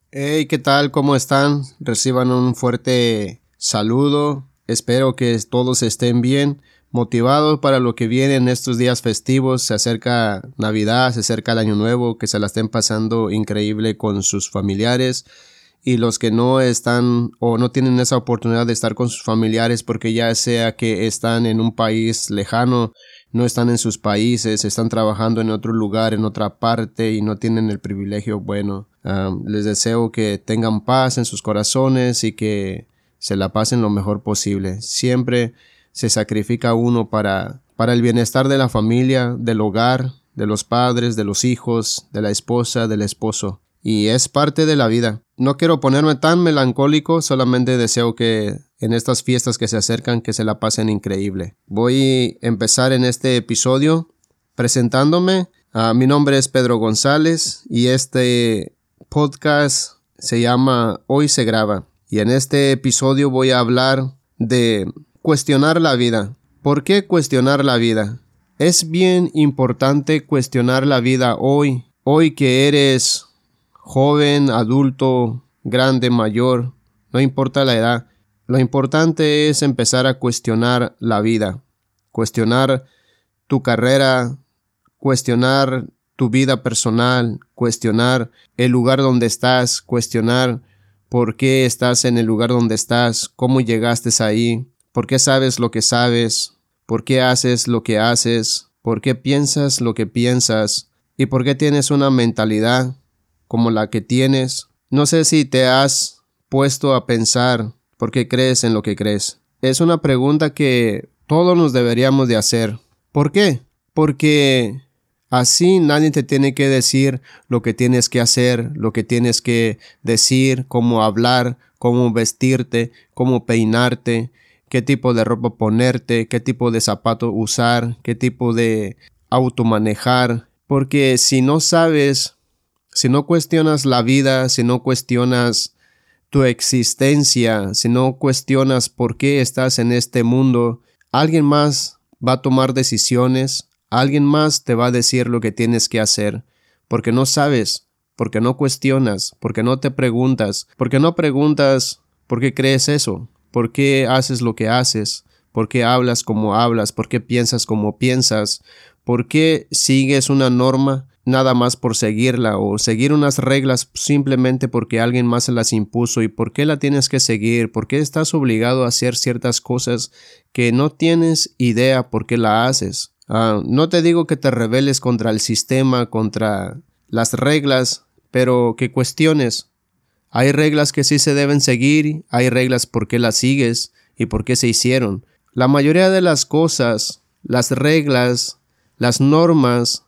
Hey, ¿qué tal? ¿Cómo están? Reciban un fuerte saludo. Espero que todos estén bien, motivados para lo que viene en estos días festivos. Se acerca Navidad, se acerca el Año Nuevo, que se la estén pasando increíble con sus familiares. Y los que no están o no tienen esa oportunidad de estar con sus familiares porque ya sea que están en un país lejano, no están en sus países, están trabajando en otro lugar, en otra parte y no tienen el privilegio, bueno, les deseo que tengan paz en sus corazones y que se la pasen lo mejor posible. Siempre se sacrifica uno para el bienestar de la familia, del hogar, de los padres, de los hijos, de la esposa, del esposo. Y es parte de la vida. No quiero ponerme tan melancólico, solamente deseo que en estas fiestas que se acercan, que se la pasen increíble. Voy a empezar en este episodio presentándome. Mi nombre es Pedro González y este podcast se llama Hoy se graba. Y en este episodio voy a hablar de cuestionar la vida. ¿Por qué cuestionar la vida? Es bien importante cuestionar la vida hoy. Hoy que eres joven, adulto, grande, mayor, no importa la edad. Lo importante es empezar a cuestionar la vida, cuestionar tu carrera, cuestionar tu vida personal, cuestionar el lugar donde estás, cuestionar por qué estás en el lugar donde estás, cómo llegaste ahí, por qué sabes lo que sabes, por qué haces lo que haces, por qué piensas lo que piensas y por qué tienes una mentalidad como la que tienes. No sé si te has puesto a pensar por qué crees en lo que crees. Es una pregunta que todos nos deberíamos de hacer. ¿Por qué? Porque así nadie te tiene que decir lo que tienes que hacer, lo que tienes que decir, cómo hablar, cómo vestirte, cómo peinarte, qué tipo de ropa ponerte, qué tipo de zapato usar, qué tipo de auto manejar. Porque si no sabes, si no cuestionas la vida, si no cuestionas tu existencia, si no cuestionas por qué estás en este mundo, alguien más va a tomar decisiones, alguien más te va a decir lo que tienes que hacer, porque no sabes, porque no cuestionas, porque no te preguntas, porque no preguntas por qué crees eso, por qué haces lo que haces, por qué hablas como hablas, por qué piensas como piensas, por qué sigues una norma nada más por seguirla o seguir unas reglas simplemente porque alguien más se las impuso y por qué la tienes que seguir, por qué estás obligado a hacer ciertas cosas que no tienes idea por qué la haces. No te digo que te rebeles contra el sistema, contra las reglas, pero que cuestiones. Hay reglas que sí se deben seguir, hay reglas por qué las sigues y por qué se hicieron. La mayoría de las cosas, las reglas, las normas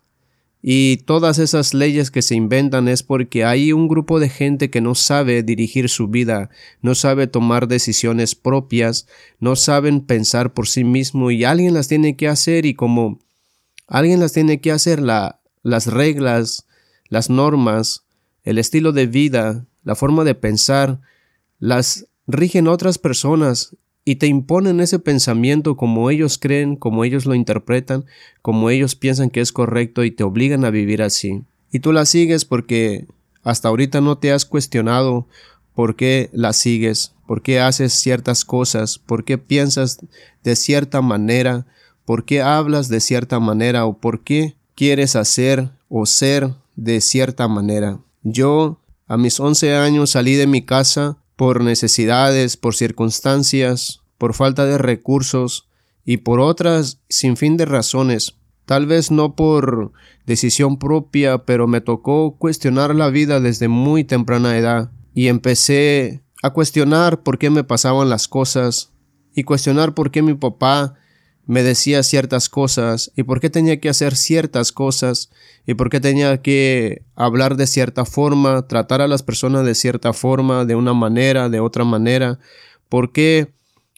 y todas esas leyes que se inventan es porque hay un grupo de gente que no sabe dirigir su vida, no sabe tomar decisiones propias, no saben pensar por sí mismo y alguien las tiene que hacer y como alguien las tiene que hacer, las reglas, las normas, el estilo de vida, la forma de pensar, las rigen otras personas y te imponen ese pensamiento como ellos creen, como ellos lo interpretan, como ellos piensan que es correcto y te obligan a vivir así. Y tú la sigues porque hasta ahorita no te has cuestionado por qué la sigues, por qué haces ciertas cosas, por qué piensas de cierta manera, por qué hablas de cierta manera o por qué quieres hacer o ser de cierta manera. Yo a mis 11 años salí de mi casa por necesidades, por circunstancias, por falta de recursos y por otras sinfín de razones. Tal vez no por decisión propia, pero me tocó cuestionar la vida desde muy temprana edad y empecé a cuestionar por qué me pasaban las cosas y cuestionar por qué mi papá me decía ciertas cosas y por qué tenía que hacer ciertas cosas y por qué tenía que hablar de cierta forma, tratar a las personas de cierta forma, de una manera, de otra manera, por qué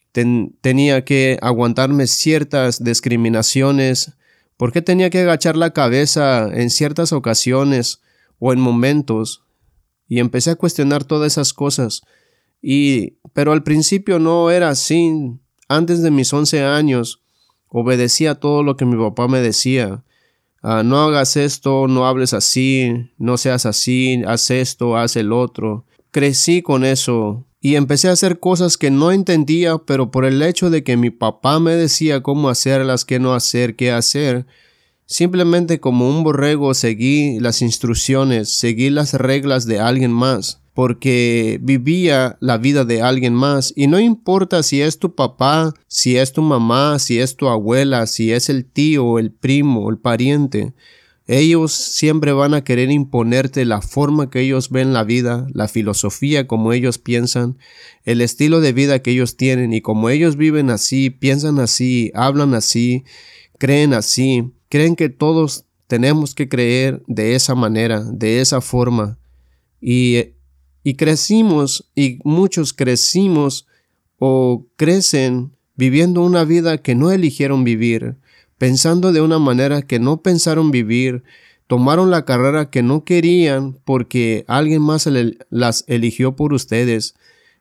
tenía que aguantarme ciertas discriminaciones, por qué tenía que agachar la cabeza en ciertas ocasiones o en momentos, y empecé a cuestionar todas esas cosas, pero al principio no era así. Antes de mis 11 años, obedecía todo lo que mi papá me decía. No hagas esto, no hables así, no seas así, haz esto, haz el otro. crecí con eso y empecé a hacer cosas que no entendía, pero por el hecho de que mi papá me decía cómo hacerlas, qué no hacer, qué hacer, simplemente como un borrego seguí las instrucciones, seguí las reglas de alguien más, porque vivía la vida de alguien más. Y no importa si es tu papá, si es tu mamá, si es tu abuela, si es el tío, el primo, el pariente, ellos siempre van a querer imponerte la forma que ellos ven la vida, la filosofía como ellos piensan, el estilo de vida que ellos tienen, y como ellos viven así, piensan así, hablan así, creen así, creen que todos tenemos que creer de esa manera, de esa forma. Y crecimos, y muchos crecimos o crecen viviendo una vida que no eligieron vivir, pensando de una manera que no pensaron vivir, tomaron la carrera que no querían porque alguien más las eligió por ustedes.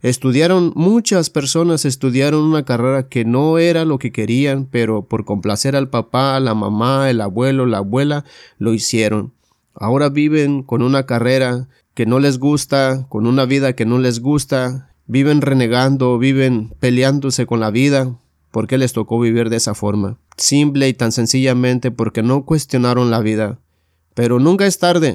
Muchas personas estudiaron una carrera que no era lo que querían, pero por complacer al papá, la mamá, el abuelo, la abuela, lo hicieron. Ahora viven con una carrera que no les gusta, con una vida que no les gusta, viven renegando, viven peleándose con la vida, porque les tocó vivir de esa forma. Simple y tan sencillamente porque no cuestionaron la vida. Pero nunca es tarde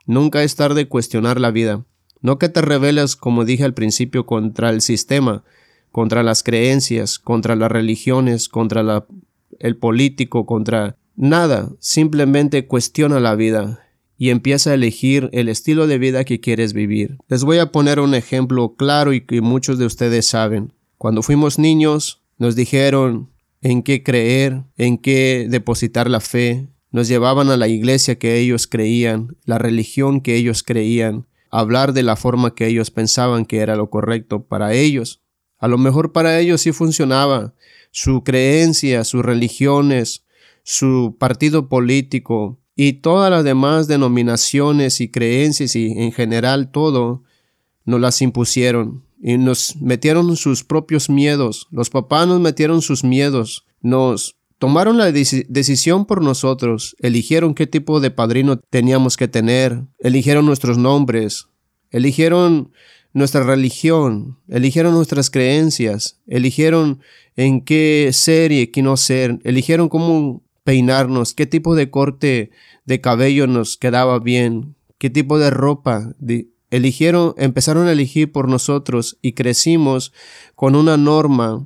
cuestionar la vida. No que te rebeles, como dije al principio, contra el sistema, contra las creencias, contra las religiones, contra el político, contra nada. Simplemente cuestiona la vida y empieza a elegir el estilo de vida que quieres vivir. Les voy a poner un ejemplo claro y que muchos de ustedes saben. Cuando fuimos niños, nos dijeron en qué creer, en qué depositar la fe. Nos llevaban a la iglesia que ellos creían, la religión que ellos creían, hablar de la forma que ellos pensaban que era lo correcto para ellos. A lo mejor para ellos sí funcionaba. Su creencia, sus religiones, su partido político y todas las demás denominaciones y creencias y en general todo, nos las impusieron. Y nos metieron sus propios miedos. Los papás nos metieron sus miedos. Nos tomaron la decisión por nosotros. Eligieron qué tipo de padrino teníamos que tener. Eligieron nuestros nombres. Eligieron nuestra religión. Eligieron nuestras creencias. Eligieron en qué ser y qué no ser. Eligieron cómo peinarnos. Qué tipo de corte de cabello nos quedaba bien. Qué tipo de ropa. Empezaron a elegir por nosotros y crecimos con una norma,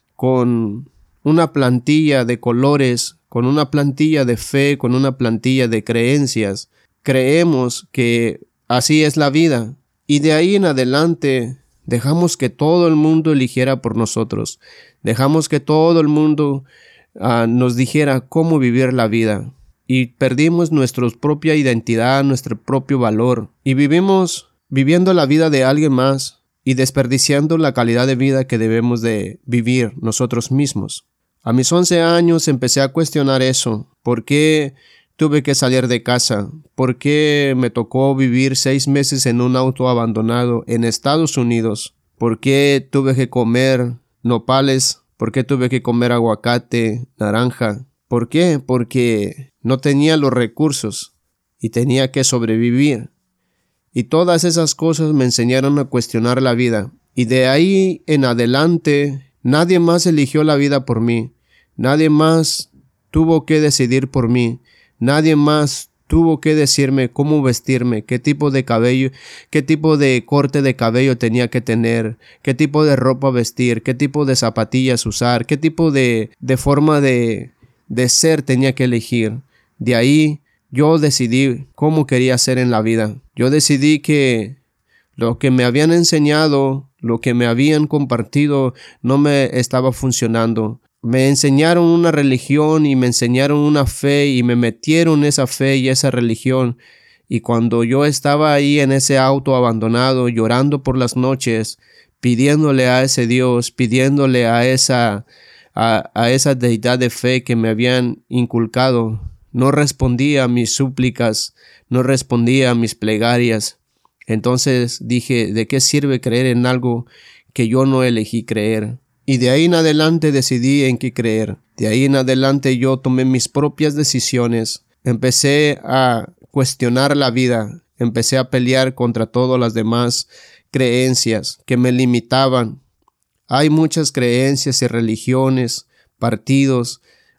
con una plantilla de colores, con una plantilla de fe, con una plantilla de creencias. Creemos que así es la vida y de ahí en adelante dejamos que todo el mundo eligiera por nosotros. Dejamos que todo el mundo nos dijera cómo vivir la vida y perdimos nuestra propia identidad, nuestro propio valor y vivimos viviendo la vida de alguien más y desperdiciando la calidad de vida que debemos de vivir nosotros mismos. A mis 11 años empecé a cuestionar eso. ¿Por qué tuve que salir de casa? ¿Por qué me tocó vivir 6 meses en un auto abandonado en Estados Unidos? ¿Por qué tuve que comer nopales? ¿Por qué tuve que comer aguacate, naranja? ¿Por qué? Porque no tenía los recursos y tenía que sobrevivir. Y todas esas cosas me enseñaron a cuestionar la vida. Y de ahí en adelante, nadie más eligió la vida por mí. Nadie más tuvo que decidir por mí. Nadie más tuvo que decirme cómo vestirme, qué tipo de cabello, qué tipo de corte de cabello tenía que tener, qué tipo de ropa vestir, qué tipo de zapatillas usar, qué tipo de forma de ser tenía que elegir. De ahí yo decidí cómo quería ser en la vida. Yo decidí que lo que me habían enseñado, lo que me habían compartido, no me estaba funcionando. Me enseñaron una religión y me enseñaron una fe y me metieron esa fe y esa religión. Y cuando yo estaba ahí en ese auto abandonado, llorando por las noches, pidiéndole a ese Dios, pidiéndole a esa deidad de fe que me habían inculcado, no respondía a mis súplicas, no respondía a mis plegarias. Entonces dije, ¿de qué sirve creer en algo que yo no elegí creer? Y de ahí en adelante decidí en qué creer. De ahí en adelante yo tomé mis propias decisiones. Empecé a cuestionar la vida. Empecé a pelear contra todas las demás creencias que me limitaban. Hay muchas creencias y religiones, partidos,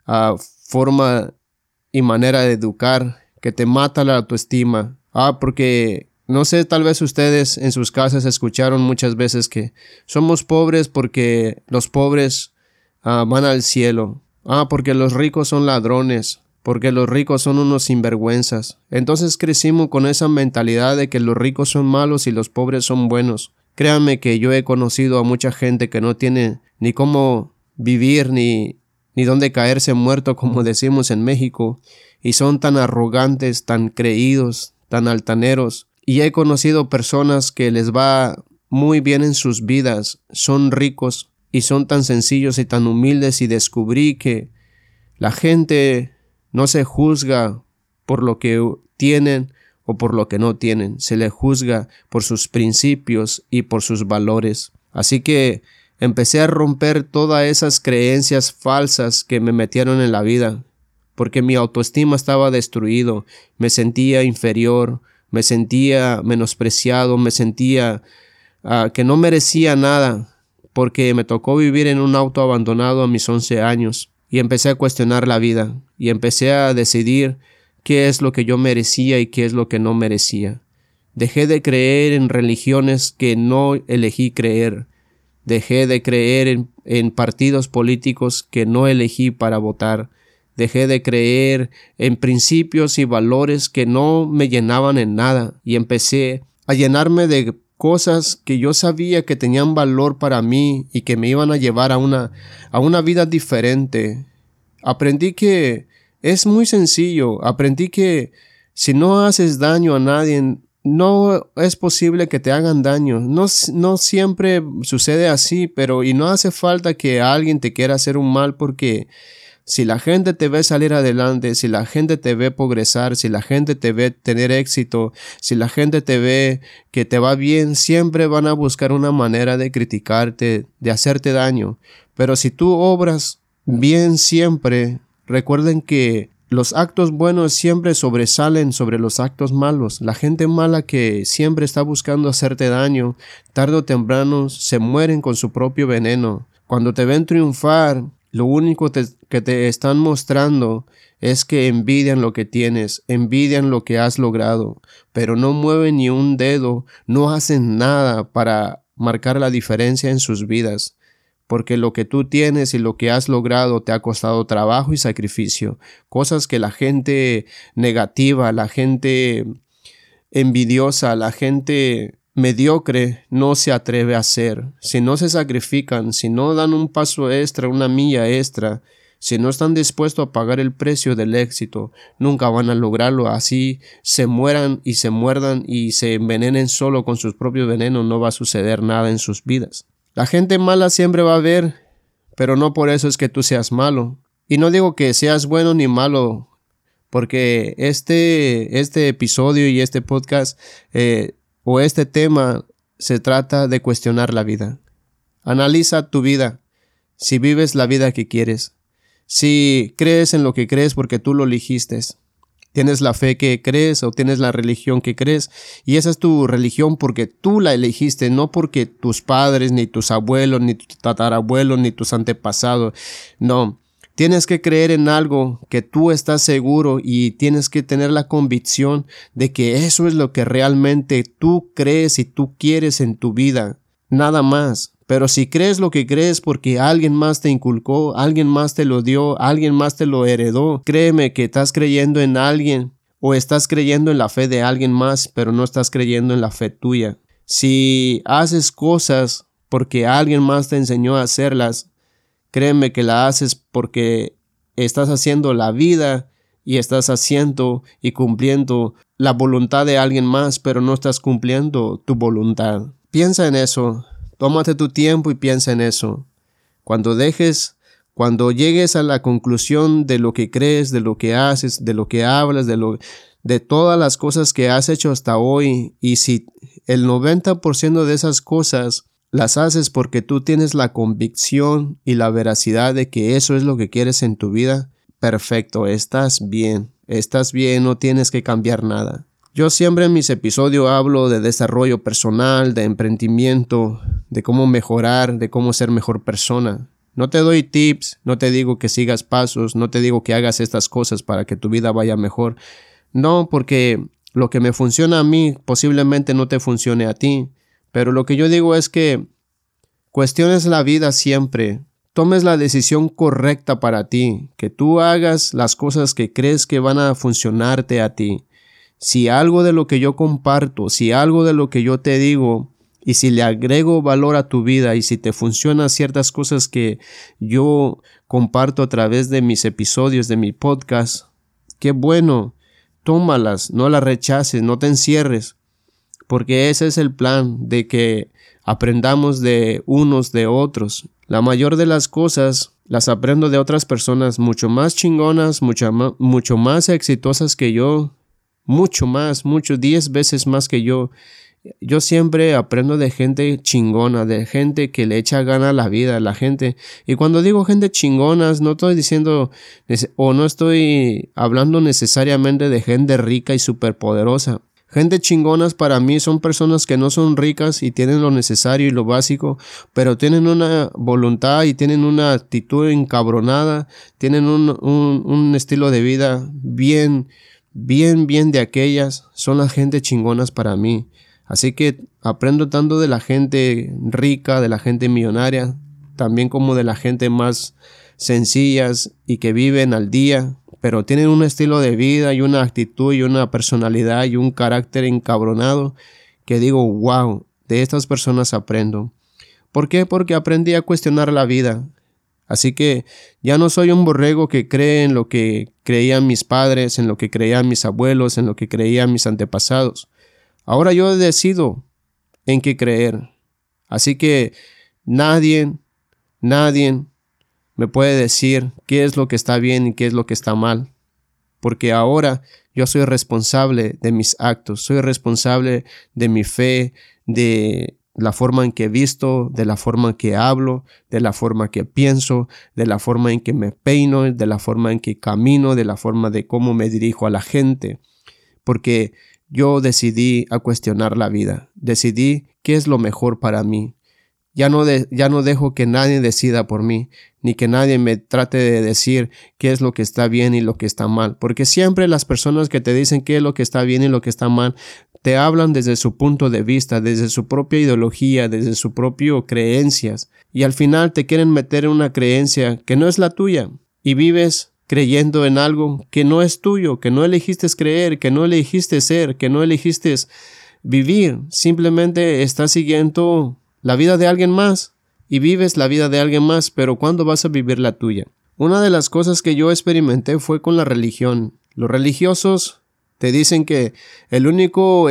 forma y manera de educar que te mata la autoestima. Porque no sé, tal vez ustedes en sus casas escucharon muchas veces que somos pobres porque los pobres van al cielo. Porque los ricos son ladrones, porque los ricos son unos sinvergüenzas. Entonces crecimos con esa mentalidad de que los ricos son malos y los pobres son buenos. Créanme que yo he conocido a mucha gente que no tiene ni cómo vivir ni dónde caerse muerto, como decimos en México, y son tan arrogantes, tan creídos, tan altaneros. Y he conocido personas que les va muy bien en sus vidas, son ricos y son tan sencillos y tan humildes, y descubrí que la gente no se juzga por lo que tienen o por lo que no tienen, se le juzga por sus principios y por sus valores. Así que empecé a romper todas esas creencias falsas que me metieron en la vida, porque mi autoestima estaba destruido, me sentía inferior, me sentía menospreciado, me sentía que no merecía nada, porque me tocó vivir en un auto abandonado a mis 11 años, y empecé a cuestionar la vida, y empecé a decidir qué es lo que yo merecía y qué es lo que no merecía. Dejé de creer en religiones que no elegí creer. Dejé de creer en partidos políticos que no elegí para votar. Dejé de creer en principios y valores que no me llenaban en nada, y empecé a llenarme de cosas que yo sabía que tenían valor para mí y que me iban a llevar a una vida diferente. Aprendí que es muy sencillo. Aprendí que si no haces daño a nadie, no es posible que te hagan daño. No siempre sucede así, y no hace falta que alguien te quiera hacer un mal, porque si la gente te ve salir adelante, si la gente te ve progresar, si la gente te ve tener éxito, si la gente te ve que te va bien, siempre van a buscar una manera de criticarte, de hacerte daño. Pero si tú obras bien siempre, recuerden que los actos buenos siempre sobresalen sobre los actos malos. La gente mala que siempre está buscando hacerte daño, tarde o temprano se mueren con su propio veneno. Cuando te ven triunfar, lo único que te están mostrando es que envidian lo que tienes, envidian lo que has logrado, pero no mueven ni un dedo, no hacen nada para marcar la diferencia en sus vidas, porque lo que tú tienes y lo que has logrado te ha costado trabajo y sacrificio, cosas que la gente negativa, la gente envidiosa, la gente mediocre no se atreve a hacer. Si no se sacrifican, si no dan un paso extra, una milla extra, si no están dispuestos a pagar el precio del éxito, nunca van a lograrlo. Así se mueran y se muerdan y se envenenen solo con sus propios venenos, no va a suceder nada en sus vidas. La gente mala siempre va a haber, pero no por eso es que tú seas malo. Y no digo que seas bueno ni malo, porque este episodio y este podcast o este tema se trata de cuestionar la vida. Analiza tu vida, si vives la vida que quieres, si crees en lo que crees porque tú lo elegiste, tienes la fe que crees o tienes la religión que crees, y esa es tu religión porque tú la elegiste, no porque tus padres, ni tus abuelos, ni tus tatarabuelos, ni tus antepasados. No, tienes que creer en algo que tú estás seguro, y tienes que tener la convicción de que eso es lo que realmente tú crees y tú quieres en tu vida, nada más. Pero si crees lo que crees porque alguien más te inculcó, alguien más te lo dio, alguien más te lo heredó, créeme que estás creyendo en alguien o estás creyendo en la fe de alguien más, pero no estás creyendo en la fe tuya. Si haces cosas porque alguien más te enseñó a hacerlas, créeme que la haces porque estás haciendo la vida y estás haciendo y cumpliendo la voluntad de alguien más, pero no estás cumpliendo tu voluntad. Piensa en eso. Tómate tu tiempo y piensa en eso. Cuando llegues a la conclusión de lo que crees, de lo que haces, de lo que hablas, de todas las cosas que has hecho hasta hoy, y si el 90% de esas cosas las haces porque tú tienes la convicción y la veracidad de que eso es lo que quieres en tu vida, perfecto, estás bien, no tienes que cambiar nada. Yo siempre en mis episodios hablo de desarrollo personal, de emprendimiento, de cómo mejorar, de cómo ser mejor persona. No te doy tips, no te digo que sigas pasos, no te digo que hagas estas cosas para que tu vida vaya mejor. No, porque lo que me funciona a mí posiblemente no te funcione a ti. Pero lo que yo digo es que cuestiones la vida siempre. Tomes la decisión correcta para ti, que tú hagas las cosas que crees que van a funcionarte a ti. Si algo de lo que yo comparto, si algo de lo que yo te digo, y si le agrego valor a tu vida y si te funcionan ciertas cosas que yo comparto a través de mis episodios, de mi podcast, qué bueno, tómalas, no las rechaces, no te encierres, porque ese es el plan, de que aprendamos de unos de otros. La mayor de las cosas las aprendo de otras personas mucho más chingonas, mucho más exitosas que yo, mucho 10 veces más que yo. Yo siempre aprendo de gente chingona, de gente que le echa gana a la vida, la gente. Y cuando digo gente chingonas, no estoy diciendo o no estoy hablando necesariamente de gente rica y superpoderosa. Gente chingonas para mí son personas que no son ricas y tienen lo necesario y lo básico, pero tienen una voluntad y tienen una actitud encabronada, tienen un estilo de vida bien de aquellas. Son las gente chingonas para mí. Así que aprendo tanto de la gente rica, de la gente millonaria, también como de la gente más sencillas y que viven al día, pero tienen un estilo de vida y una actitud y una personalidad y un carácter encabronado que digo, wow, de estas personas aprendo. ¿Por qué? Porque aprendí a cuestionar la vida. Así que ya no soy un borrego que cree en lo que creían mis padres, en lo que creían mis abuelos, en lo que creían mis antepasados. Ahora yo decido en qué creer. Así que nadie me puede decir qué es lo que está bien y qué es lo que está mal. Porque ahora yo soy responsable de mis actos, soy responsable de mi fe, de la forma en que visto, de la forma en que hablo, de la forma que pienso, de la forma en que me peino, de la forma en que camino, de la forma de cómo me dirijo a la gente. Porque yo decidí a cuestionar la vida, decidí qué es lo mejor para mí. Ya no dejo que nadie decida por mí, ni que nadie me trate de decir qué es lo que está bien y lo que está mal, porque siempre las personas que te dicen qué es lo que está bien y lo que está mal, te hablan desde su punto de vista, desde su propia ideología, desde su propio creencias, y al final te quieren meter en una creencia que no es la tuya, y vives creyendo en algo que no es tuyo, que no elegiste creer, que no elegiste ser, que no elegiste vivir. Simplemente estás siguiendo la vida de alguien más y vives la vida de alguien más, pero ¿cuándo vas a vivir la tuya? Una de las cosas que yo experimenté fue con la religión. Los religiosos te dicen que el único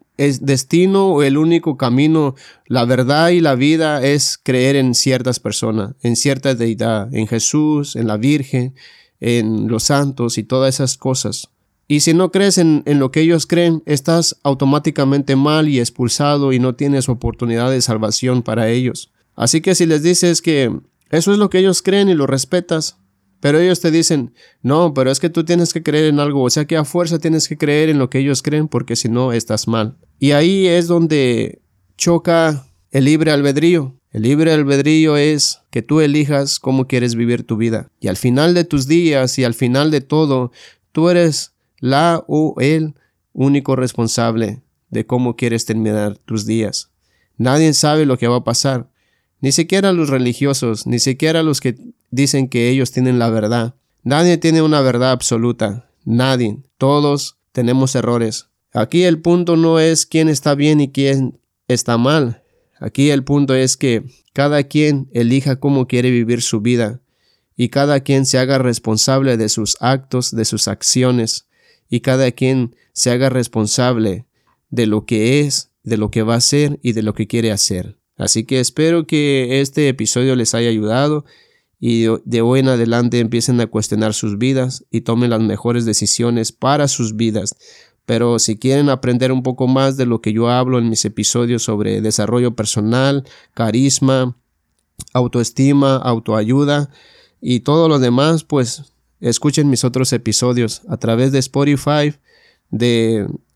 destino o el único camino, la verdad y la vida es creer en ciertas personas, en cierta deidad, en Jesús, en la Virgen, en los santos y todas esas cosas. Y si no crees en lo que ellos creen, estás automáticamente mal y expulsado y no tienes oportunidad de salvación para ellos. Así que si les dices que eso es lo que ellos creen y lo respetas, pero ellos te dicen, no, pero es que tú tienes que creer en algo, o sea que a fuerza tienes que creer en lo que ellos creen porque si no estás mal. Y ahí es donde choca el libre albedrío. El libre albedrío es que tú elijas cómo quieres vivir tu vida. Y al final de tus días y al final de todo, tú eres la o el único responsable de cómo quieres terminar tus días. Nadie sabe lo que va a pasar. Ni siquiera los religiosos, ni siquiera los que dicen que ellos tienen la verdad. Nadie tiene una verdad absoluta. Nadie. Todos tenemos errores. Aquí el punto no es quién está bien y quién está mal. Aquí el punto es que cada quien elija cómo quiere vivir su vida y cada quien se haga responsable de sus actos, de sus acciones y cada quien se haga responsable de lo que es, de lo que va a hacer y de lo que quiere hacer. Así que espero que este episodio les haya ayudado y de hoy en adelante empiecen a cuestionar sus vidas y tomen las mejores decisiones para sus vidas. Pero si quieren aprender un poco más de lo que yo hablo en mis episodios sobre desarrollo personal, carisma, autoestima, autoayuda y todo lo demás, pues escuchen mis otros episodios a través de Spotify, de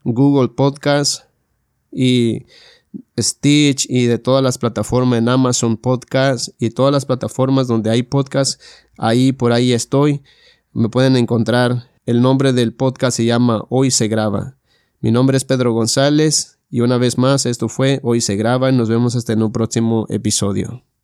Google Podcast y Stitch y de todas las plataformas en Amazon Podcast y todas las plataformas donde hay podcast. Por ahí estoy. Me pueden encontrar. El nombre del podcast se llama Hoy se graba. Mi nombre es Pedro González y una vez más esto fue Hoy se graba y nos vemos hasta en un próximo episodio.